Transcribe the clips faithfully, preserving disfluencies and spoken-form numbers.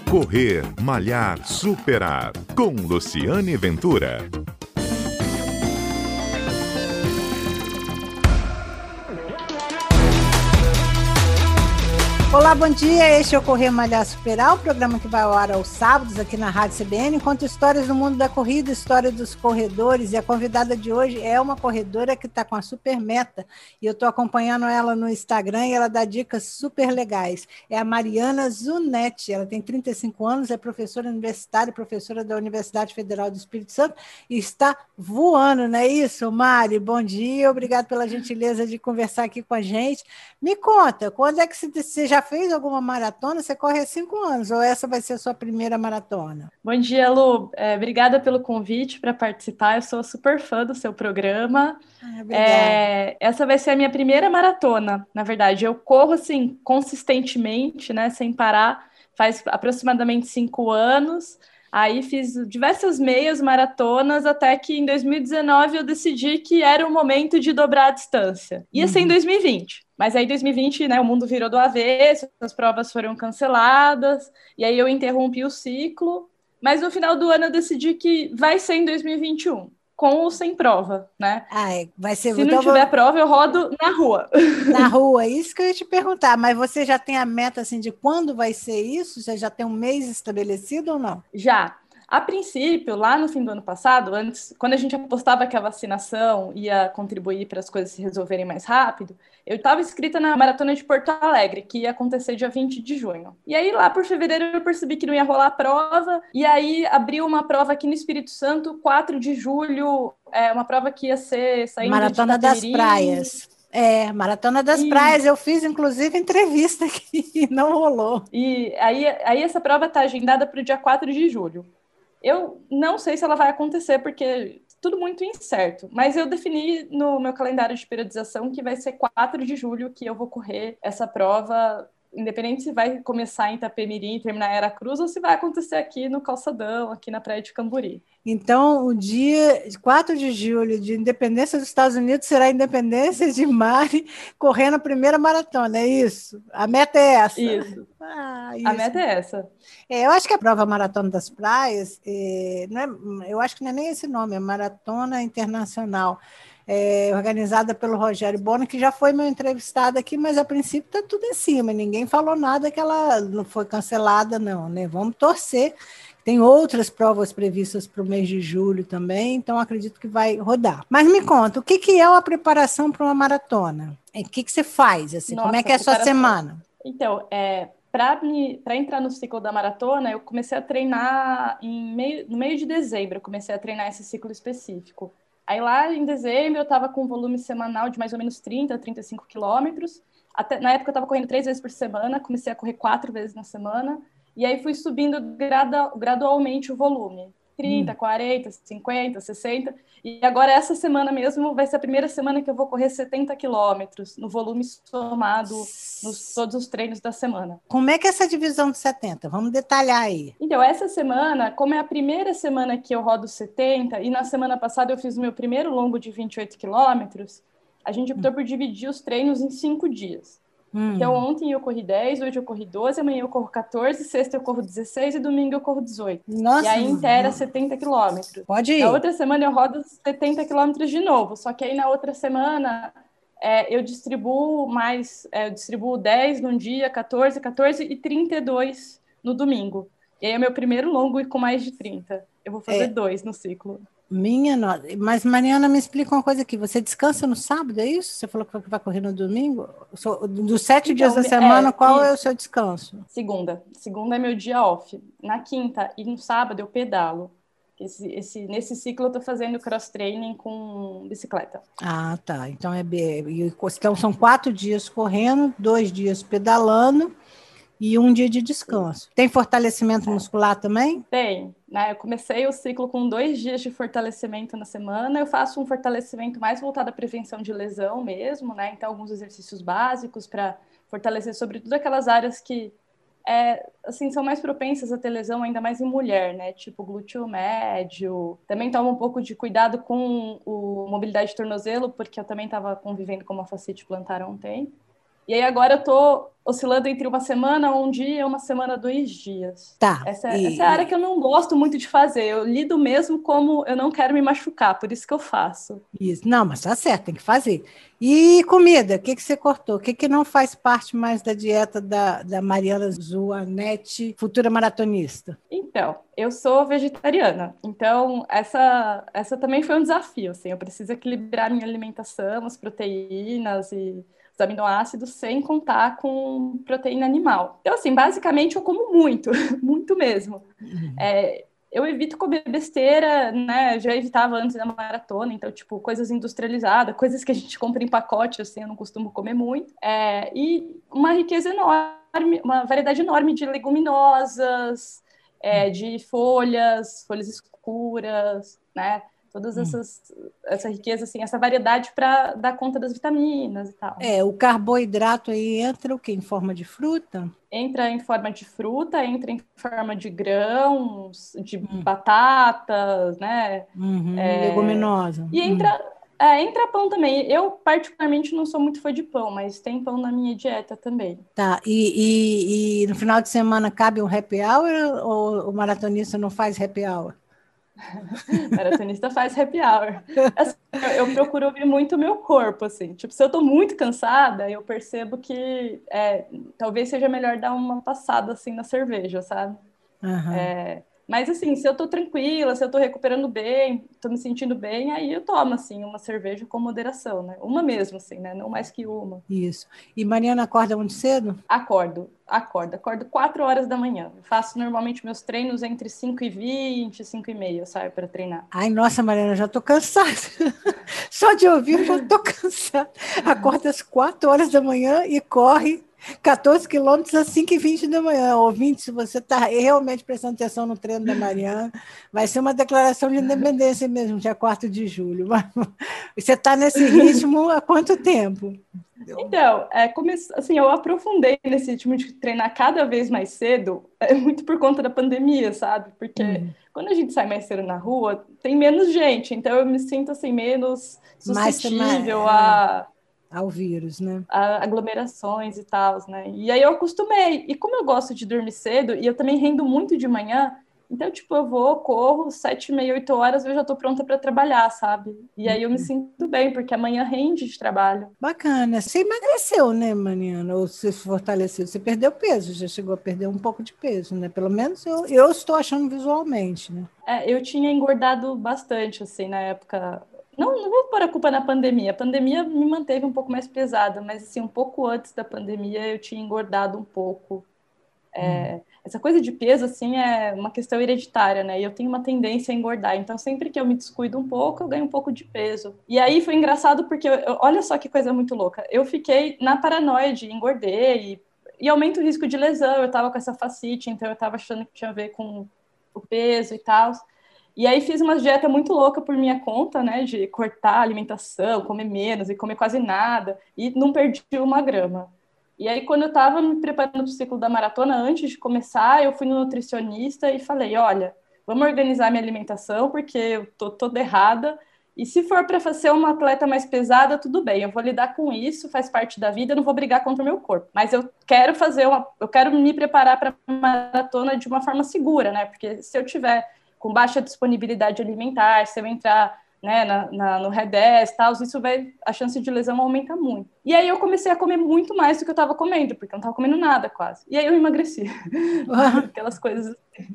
Correr, Malhar, Superar, com Luciane Ventura. Olá, bom dia, este é o Correr, Malhar, Superar, o programa que vai ao ar aos sábados aqui na Rádio C B N, conta histórias do mundo da corrida, história dos corredores, e a convidada de hoje é uma corredora que está com a super meta, e eu estou acompanhando ela no Instagram e ela dá dicas super legais. É a Mariana Zunetti, ela tem trinta e cinco anos, é professora universitária, professora da Universidade Federal do Espírito Santo, e está voando, não é isso, Mari? Bom dia, obrigado pela gentileza de conversar aqui com a gente. Me conta, quando é que você já fez alguma maratona? Você corre há cinco anos, ou essa vai ser a sua primeira maratona? Bom dia, Lu. É, obrigada pelo convite para participar. Eu sou super fã do seu programa. Ah, é, essa vai ser a minha primeira maratona, na verdade. Eu corro, assim, consistentemente, né, sem parar, faz aproximadamente cinco anos. Aí fiz diversas meias maratonas, até que em dois mil e dezenove eu decidi que era o momento de dobrar a distância. Ia ser em dois mil e vinte, mas aí em dois mil e vinte, né, o mundo virou do avesso, as provas foram canceladas, e aí eu interrompi o ciclo, mas no final do ano eu decidi que vai ser em dois mil e vinte e um, com ou sem prova, né? Ah, é, vai ser, Se não então, tiver prova, eu rodo na rua. na rua, é isso que eu ia te perguntar, mas você já tem a meta assim, de quando vai ser isso? Você já tem um mês estabelecido ou não? Já. A princípio, lá no fim do ano passado, antes, quando a gente apostava que a vacinação ia contribuir para as coisas se resolverem mais rápido, eu estava inscrita na Maratona de Porto Alegre, que ia acontecer dia vinte de junho. E aí, lá por fevereiro, eu percebi que não ia rolar a prova, e aí abriu uma prova aqui no Espírito Santo, quatro de julho, é, uma prova que ia ser saindo Maratona de das Itapemirim. Praias. É, Maratona das E... Praias, eu fiz, inclusive, entrevista aqui, e não rolou. E aí, aí essa prova está agendada para o dia quatro de julho. Eu não sei se ela vai acontecer, porque tudo muito incerto, mas eu defini no meu calendário de periodização que vai ser quatro de julho que eu vou correr essa prova, independente se vai começar em Itapemirim e terminar em Aracruz, ou se vai acontecer aqui no Calçadão, aqui na Praia de Camburi. Então, o dia quatro de julho de independência dos Estados Unidos será a independência de Mari correndo a primeira maratona, é isso? A meta é essa? Isso. Ah, A isso. meta é essa. É, eu acho que a prova Maratona das Praias, é, não é, eu acho que não é nem esse nome, é Maratona Internacional, é, organizada pelo Rogério Bono, que já foi meu entrevistado aqui, mas a princípio está tudo em cima, ninguém falou nada que ela não foi cancelada, não, né? Vamos torcer. Tem outras provas previstas para o mês de julho também, então acredito que vai rodar. Mas me conta, o que, que é a preparação para uma maratona? O que, que você faz? Assim, Nossa, como é que é a sua preparação. semana? Então, é, para entrar no ciclo da maratona, eu comecei a treinar em meio, no meio de dezembro, eu comecei a treinar esse ciclo específico. Aí lá em dezembro eu estava com um volume semanal de mais ou menos trinta, trinta e cinco quilômetros. Até, na época eu estava correndo três vezes por semana, comecei a correr quatro vezes na semana. E aí fui subindo gradu, gradualmente o volume. trinta, Hum. quarenta, cinquenta, sessenta. E agora essa semana mesmo vai ser a primeira semana que eu vou correr setenta quilômetros, no volume somado nos todos os treinos da semana. Como é que é essa divisão de setenta? Vamos detalhar aí. Então, essa semana, como é a primeira semana que eu rodo setenta, e na semana passada eu fiz o meu primeiro longo de vinte e oito quilômetros, a gente optou por dividir os treinos em cinco dias. Hum. Então, ontem eu corri dez, hoje eu corri doze, amanhã eu corro quatorze, sexta eu corro dezesseis e domingo eu corro dezoito. Nossa, e aí inteira setenta quilômetros. Pode ir. Na outra semana eu rodo setenta quilômetros de novo, só que aí na outra semana é, eu distribuo mais, é, eu distribuo dez num dia, quatorze, quatorze e trinta e dois no domingo. E aí é o meu primeiro longo e com mais de trinta. Eu vou fazer é. dois no ciclo. Minha nossa. Mas, Mariana, me explica uma coisa aqui. Você descansa no sábado, é isso? Você falou que vai correr no domingo? Dos sete então, dias da semana, é, qual isso. é o seu descanso? Segunda. Segunda é meu dia off. Na quinta e no sábado eu pedalo. Esse, esse, nesse ciclo eu estou fazendo cross-training com bicicleta. Ah, tá. Então, é, então são quatro dias correndo, dois dias pedalando e um dia de descanso. Sim. Tem fortalecimento é. muscular também? Tem. Né? Eu comecei o ciclo com dois dias de fortalecimento na semana. Eu faço um fortalecimento mais voltado à prevenção de lesão mesmo, né? Então, alguns exercícios básicos para fortalecer, sobretudo, aquelas áreas que é, assim, são mais propensas a ter lesão, ainda mais em mulher, né? Tipo glúteo médio. Também tomo um pouco de cuidado com o mobilidade de tornozelo, porque eu também estava convivendo com uma fascite plantar há um tempo. E aí agora eu tô oscilando entre uma semana, um dia, e uma semana, dois dias. Tá. Essa, E, essa é a área que eu não gosto muito de fazer. Eu lido mesmo como eu não quero me machucar, por isso que eu faço. isso. Não, mas tá certo, tem que fazer. E comida, o que, que você cortou? O que, que não faz parte mais da dieta da, da Mariana Zuanetti, futura maratonista? Então, eu sou vegetariana, então essa, essa também foi um desafio, assim, eu preciso equilibrar minha alimentação, as proteínas e os aminoácidos sem contar com proteína animal. Então, assim, basicamente eu como muito, muito mesmo. É, eu evito comer besteira, né? Já evitava antes da maratona, então, tipo, coisas industrializadas, coisas que a gente compra em pacote, assim, eu não costumo comer muito. É, e uma riqueza enorme, uma variedade enorme de leguminosas, é, de folhas, folhas escuras, né? Todas essas, essa riqueza, assim, essa variedade para dar conta das vitaminas e tal. É, o carboidrato aí entra o quê? Em forma de fruta? Entra em forma de fruta, entra em forma de grãos, de hum. batatas, né? Uhum, é... leguminosa. E entra, hum. é, entra pão também. Eu, particularmente, não sou muito fã de pão, mas tem pão na minha dieta também. Tá, e, e, e no final de semana cabe um happy hour ou o maratonista não faz happy hour? Maratonista faz happy hour. Assim, eu, eu procuro ouvir muito o meu corpo, assim. Tipo, se eu tô muito cansada, eu percebo que é, talvez seja melhor dar uma passada, assim, na cerveja, sabe? Uhum. É, mas, assim, se eu tô tranquila, se eu tô recuperando bem, tô me sentindo bem, aí eu tomo, assim, uma cerveja com moderação, né? Uma mesmo, assim, né? Não mais que uma. Isso. E Mariana acorda muito cedo? Acordo, acordo. Acordo quatro horas da manhã. Eu faço normalmente meus treinos entre cinco e vinte, cinco e meia, eu saio para treinar. Ai, nossa, Mariana, já tô cansada. Só de ouvir, eu já tô cansada. Acorda às quatro horas da manhã e corre quatorze quilômetros às cinco e vinte da manhã. Ouvinte, se você está realmente prestando atenção no treino da Mariana, vai ser uma declaração de independência mesmo, dia quatro de julho. Você está nesse ritmo há quanto tempo? Então, é, come... assim, eu aprofundei nesse ritmo de treinar cada vez mais cedo, é muito por conta da pandemia, sabe? Porque uhum. quando a gente sai mais cedo na rua, tem menos gente, então eu me sinto assim, menos suscetível mais, a... ao vírus, né? A aglomerações e tal, né? E aí eu acostumei. E como eu gosto de dormir cedo, e eu também rendo muito de manhã, então, tipo, eu vou, corro, sete e meia, oito horas, eu já tô pronta para trabalhar, sabe? E aí eu me sinto bem, porque amanhã rende de trabalho. Bacana. Você emagreceu, né, Mariana? Ou se fortaleceu? Você perdeu peso, já chegou a perder um pouco de peso, né? Pelo menos eu, eu estou achando visualmente, né? É, eu tinha engordado bastante, assim, na época... Não, não vou pôr a culpa na pandemia. A pandemia me manteve um pouco mais pesada, mas, assim, um pouco antes da pandemia eu tinha engordado um pouco. É, hum. Essa coisa de peso, assim, é uma questão hereditária, né? E eu tenho uma tendência a engordar. Então, sempre que eu me descuido um pouco, eu ganho um pouco de peso. E aí foi engraçado porque, eu, olha só que coisa muito louca. Eu fiquei na paranoia de engordei e, e aumenta o risco de lesão. Eu tava com essa fascite, então eu tava achando que tinha a ver com o peso e tal. E aí fiz uma dieta muito louca por minha conta, né? De cortar a alimentação, comer menos e comer quase nada. E não perdi uma grama. E aí, quando eu estava me preparando para o ciclo da maratona, antes de começar, eu fui no nutricionista e falei, olha, vamos organizar minha alimentação, porque eu tô toda errada. E se for para ser uma atleta mais pesada, tudo bem, eu vou lidar com isso, faz parte da vida, eu não vou brigar contra o meu corpo. Mas eu quero fazer uma. Eu quero me preparar para a maratona de uma forma segura, né? Porque se eu tiver com baixa disponibilidade alimentar, se eu entrar, né, na, na, no revés, tal, isso vai, a chance de lesão aumenta muito. E aí eu comecei a comer muito mais do que eu estava comendo, porque eu não estava comendo nada quase. E aí eu emagreci. Uhum. Aquelas coisas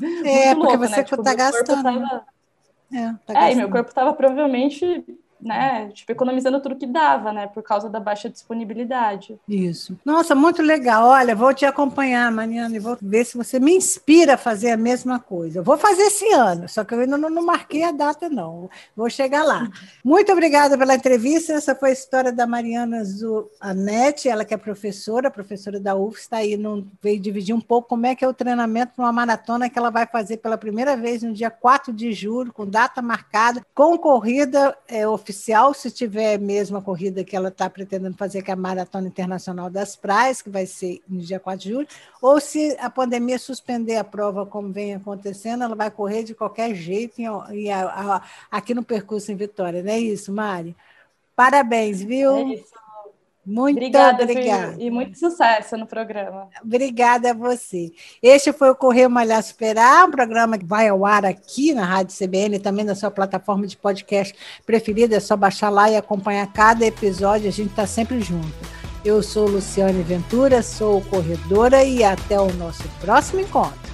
é, muito porque loucas, você né? Tipo, tá meu gastando. corpo tava... É, tá é gastando. e meu corpo estava provavelmente, né, tipo, economizando tudo que dava, né, por causa da baixa disponibilidade. Isso. Nossa, muito legal. Olha, vou te acompanhar, Mariana, e vou ver se você me inspira a fazer a mesma coisa. Eu vou fazer esse ano, só que eu ainda não, não marquei a data, não. Vou chegar lá. Muito obrigada pela entrevista. Essa foi a história da Mariana Zuanetti, ela que é professora, professora da U F, está aí, no, veio dividir um pouco como é que é o treinamento para uma maratona que ela vai fazer pela primeira vez no dia quatro de julho, com data marcada, com corrida é, oficial, se tiver mesmo a corrida que ela está pretendendo fazer, que é a Maratona Internacional das Praias, que vai ser no dia quatro de julho, ou se a pandemia suspender a prova, como vem acontecendo, ela vai correr de qualquer jeito em, em, a, a, aqui no percurso em Vitória. Não é isso, Mari? Parabéns, viu? É isso. Muito obrigada, obrigada. Viu? E muito sucesso no programa. Obrigada a você. Este foi o Correr Malhar Superar, um programa que vai ao ar aqui na Rádio C B N e também na sua plataforma de podcast preferida. É só baixar lá e acompanhar cada episódio. A gente está sempre junto. Eu sou Luciane Ventura, sou corredora e até o nosso próximo encontro.